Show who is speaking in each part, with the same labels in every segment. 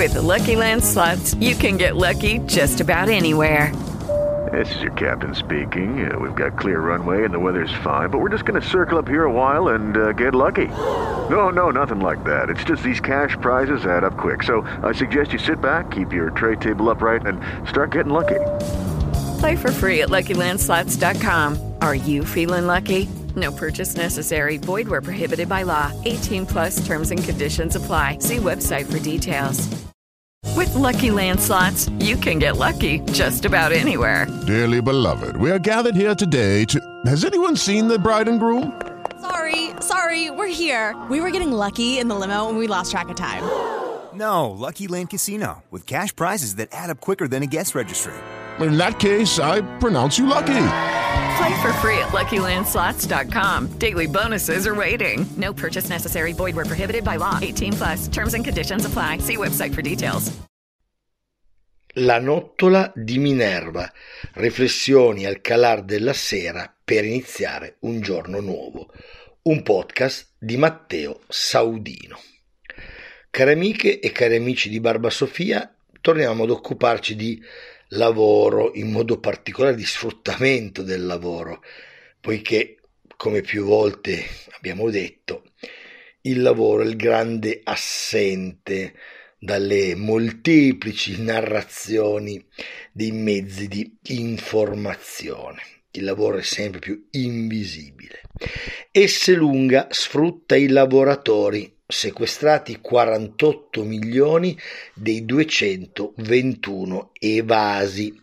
Speaker 1: With the Lucky Land Slots, you can get lucky just about anywhere.
Speaker 2: This is your captain speaking. We've got clear runway and the weather's fine, but we're just going to circle up here a while and get lucky. No, nothing like that. It's just these cash prizes add up quick. So I suggest you sit back, keep your tray table upright, and start getting lucky.
Speaker 1: Play for free at LuckyLandSlots.com. Are you feeling lucky? No purchase necessary. Void where prohibited by law. 18 plus terms and conditions apply. See website for details. With Lucky Land Slots, you can get lucky just about anywhere.
Speaker 3: Dearly beloved, we are gathered here today to... Has anyone seen the bride and groom?
Speaker 4: Sorry, we're here. We were getting lucky in the limo and we lost track of time.
Speaker 5: No, Lucky Land Casino, with cash prizes that add up quicker than a guest registry.
Speaker 3: In that case, I pronounce you lucky.
Speaker 1: Play for free at LuckyLandSlots.com. Daily bonuses are waiting. No purchase necessary. Void where prohibited by law. 18 plus. Terms and conditions apply. See website for details.
Speaker 6: La nottola di Minerva. Riflessioni al calar della sera per iniziare un giorno nuovo. Un podcast di Matteo Saudino. Care amiche e cari amici di Barba Sofia, torniamo ad occuparci di lavoro, in modo particolare di sfruttamento del lavoro, poiché, come più volte abbiamo detto, il lavoro è il grande assente dalle molteplici narrazioni dei mezzi di informazione. Il lavoro è sempre più invisibile. Esselunga sfrutta i lavoratori, sequestrati 48 milioni dei 221 evasi.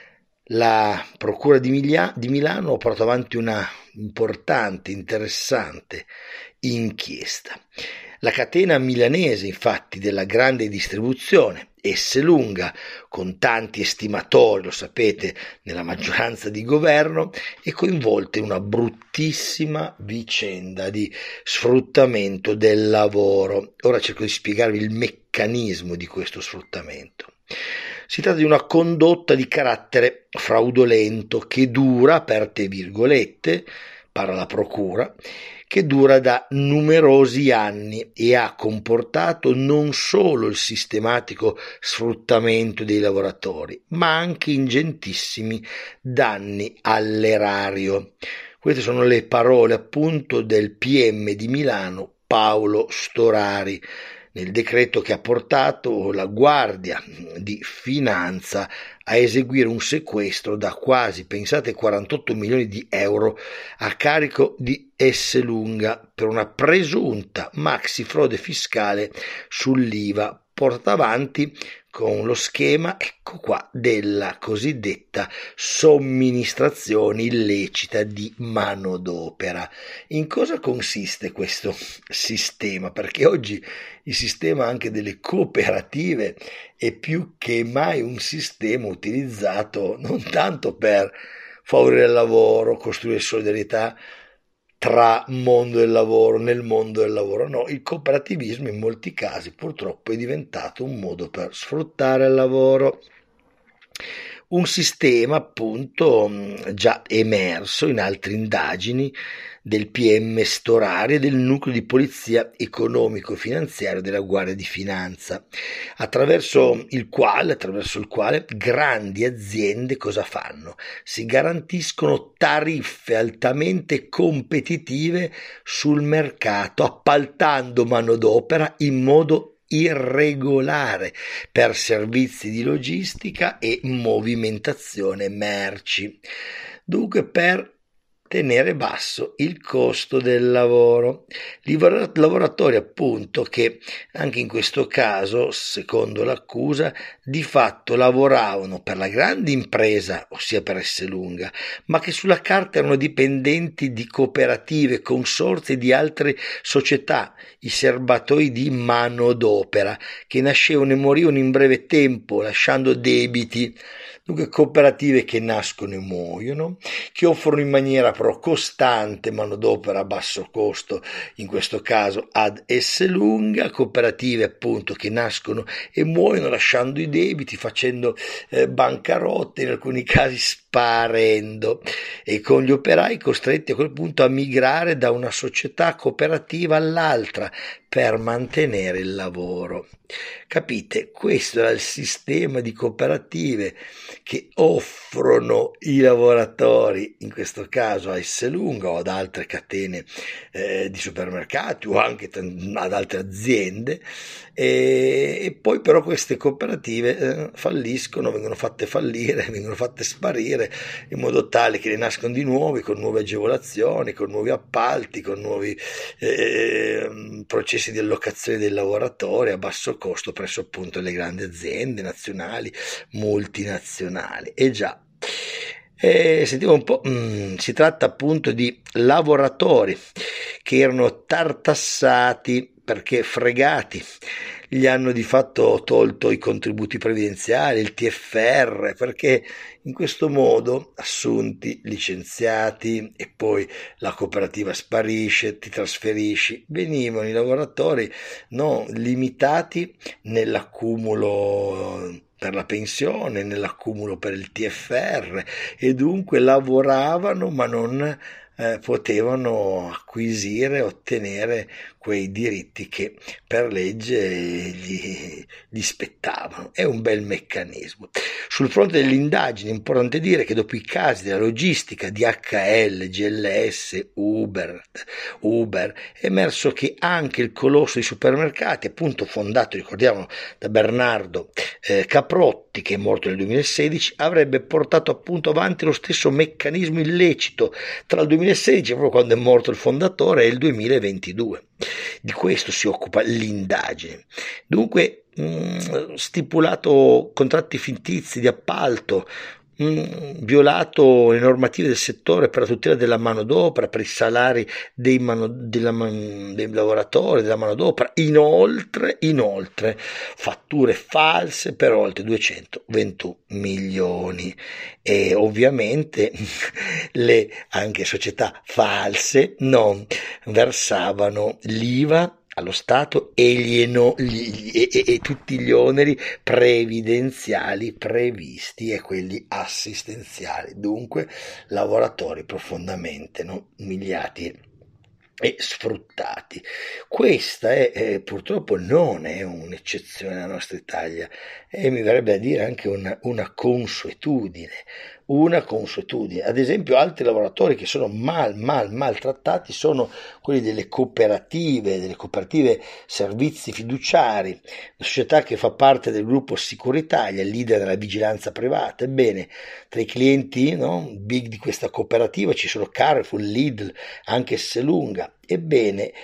Speaker 6: La Procura di Milano ha portato avanti una importante, interessante inchiesta. La catena milanese, infatti, della grande distribuzione, Esselunga, con tanti estimatori, lo sapete, nella maggioranza di governo, è coinvolta in una bruttissima vicenda di sfruttamento del lavoro. Ora cerco di spiegarvi il meccanismo di questo sfruttamento. Si tratta di una condotta di carattere fraudolento che dura, aperte virgolette, parla la procura, che dura da numerosi anni e ha comportato non solo il sistematico sfruttamento dei lavoratori, ma anche ingentissimi danni all'erario. Queste sono le parole appunto del PM di Milano Paolo Storari nel decreto che ha portato la Guardia di Finanza a eseguire un sequestro da quasi, pensate, 48 milioni di euro a carico di Esselunga per una presunta maxi frode fiscale sull'IVA portata avanti con lo schema, ecco qua, della cosiddetta somministrazione illecita di manodopera. In cosa consiste questo sistema? Perché oggi il sistema anche delle cooperative è più che mai un sistema utilizzato non tanto per favorire il lavoro, costruire solidarietà tra mondo del lavoro, nel mondo del lavoro. No, il cooperativismo in molti casi purtroppo è diventato un modo per sfruttare il lavoro. Un sistema appunto già emerso in altre indagini del PM Storari e del nucleo di polizia economico-finanziario della Guardia di Finanza, attraverso il quale grandi aziende cosa fanno? Si garantiscono tariffe altamente competitive sul mercato, appaltando manodopera in modo irregolare per servizi di logistica e movimentazione merci. Dunque, per tenere basso il costo del lavoro. Lavoratori appunto che anche in questo caso, secondo l'accusa, di fatto lavoravano per la grande impresa, ossia per Esselunga, ma che sulla carta erano dipendenti di cooperative, consorzi e di altre società, i serbatoi di manodopera, che nascevano e morivano in breve tempo, lasciando debiti. Dunque cooperative che nascono e muoiono, che offrono in maniera però costante manodopera a basso costo, in questo caso ad Esselunga, cooperative appunto che nascono e muoiono lasciando i debiti, facendo bancarotte, in alcuni casi sparendo, e con gli operai costretti a quel punto a migrare da una società cooperativa all'altra per mantenere il lavoro. Capite? Questo era il sistema di cooperative che offrono i lavoratori, in questo caso a Esselunga o ad altre catene di supermercati o anche ad altre aziende, e poi però queste cooperative falliscono, vengono fatte fallire, vengono fatte sparire, in modo tale che ne nascono di nuovi con nuove agevolazioni, con nuovi appalti, con nuovi processi di allocazione dei lavoratori a basso costo presso appunto le grandi aziende nazionali, multinazionali. E già, sentiamo un po', si tratta appunto di lavoratori che erano tartassati perché fregati, gli hanno di fatto tolto i contributi previdenziali, il TFR, perché in questo modo assunti, licenziati e poi la cooperativa sparisce, ti trasferisci, venivano i lavoratori non limitati nell'accumulo per la pensione, nell'accumulo per il TFR, e dunque lavoravano ma non potevano acquisire, ottenere quei diritti che per legge gli spettavano. È un bel meccanismo. Sul fronte delle indagini è importante dire che dopo i casi della logistica DHL, GLS, Uber, è emerso che anche il colosso dei supermercati, appunto fondato, ricordiamo, da Bernardo Caprotti, che è morto nel 2016, avrebbe portato appunto avanti lo stesso meccanismo illecito tra il 2016, proprio quando è morto il fondatore, e il 2022. Di questo si occupa l'indagine. Dunque, stipulato contratti fittizi di appalto, violato le normative del settore per la tutela della manodopera, per i salari dei lavoratori, della manodopera, inoltre fatture false per oltre 221 milioni, e ovviamente le anche società false non versavano l'IVA allo Stato e tutti gli oneri previdenziali previsti e quelli assistenziali. Dunque lavoratori profondamente umiliati e sfruttati. Questa è purtroppo non è un'eccezione nella nostra Italia, e mi verrebbe a dire anche una consuetudine. Ad esempio, altri lavoratori che sono maltrattati sono quelli delle cooperative servizi fiduciari, una società che fa parte del gruppo Sicuritalia, leader della vigilanza privata. Ebbene, tra i clienti big di questa cooperativa ci sono Carrefour, Lidl, anche Esselunga. Ebbene,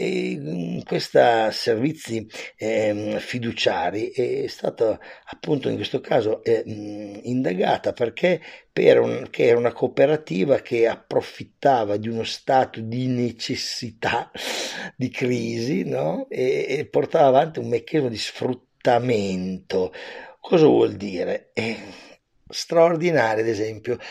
Speaker 6: questa servizi fiduciari è stata appunto in questo caso indagata perché era una cooperativa che approfittava di uno stato di necessità, di crisi, e portava avanti un meccanismo di sfruttamento. Cosa vuol dire? Straordinari, ad esempio,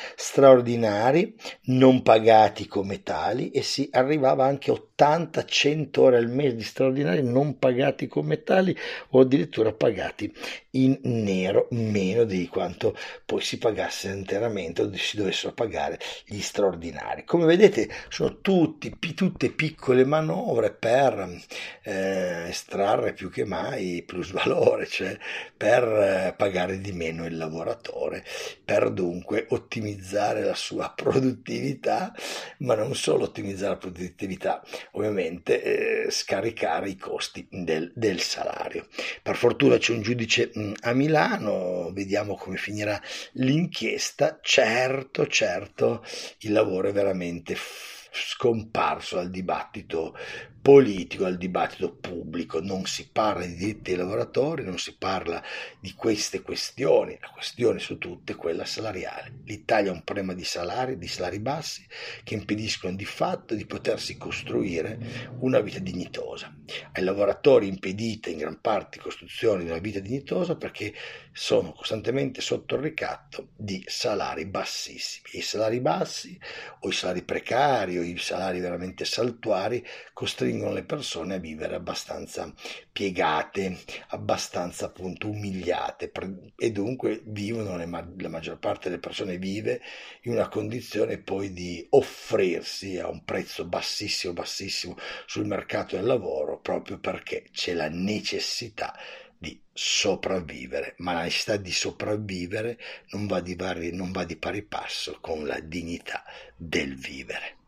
Speaker 6: non pagati come tali, e si arrivava anche a 80-100 ore al mese di straordinari non pagati come tali, o addirittura pagati in nero, meno di quanto poi si pagasse interamente o si dovessero pagare gli straordinari. Come vedete, sono tutte piccole manovre per estrarre più che mai plusvalore, cioè per pagare di meno il lavoratore, per dunque ottimizzare la sua produttività, ma non solo ottimizzare la produttività, ovviamente scaricare i costi del salario. Per fortuna c'è un giudice a Milano, vediamo come finirà l'inchiesta. Certo, il lavoro è veramente scomparso dal dibattito politico, al dibattito pubblico. Non si parla di diritti dei lavoratori, non si parla di queste questioni. La questione su tutte è quella salariale. L'Italia ha un problema di salari bassi, che impediscono di fatto di potersi costruire una vita dignitosa. Ai lavoratori impedita in gran parte la costruzione di una vita dignitosa perché sono costantemente sotto il ricatto di salari bassissimi. I salari bassi o i salari precari o i salari veramente saltuari costringono costringono le persone a vivere abbastanza piegate, abbastanza appunto umiliate, e dunque vivono, la maggior parte delle persone vive in una condizione poi di offrirsi a un prezzo bassissimo sul mercato del lavoro, proprio perché c'è la necessità di sopravvivere, ma la necessità di sopravvivere non va di pari passo con la dignità del vivere.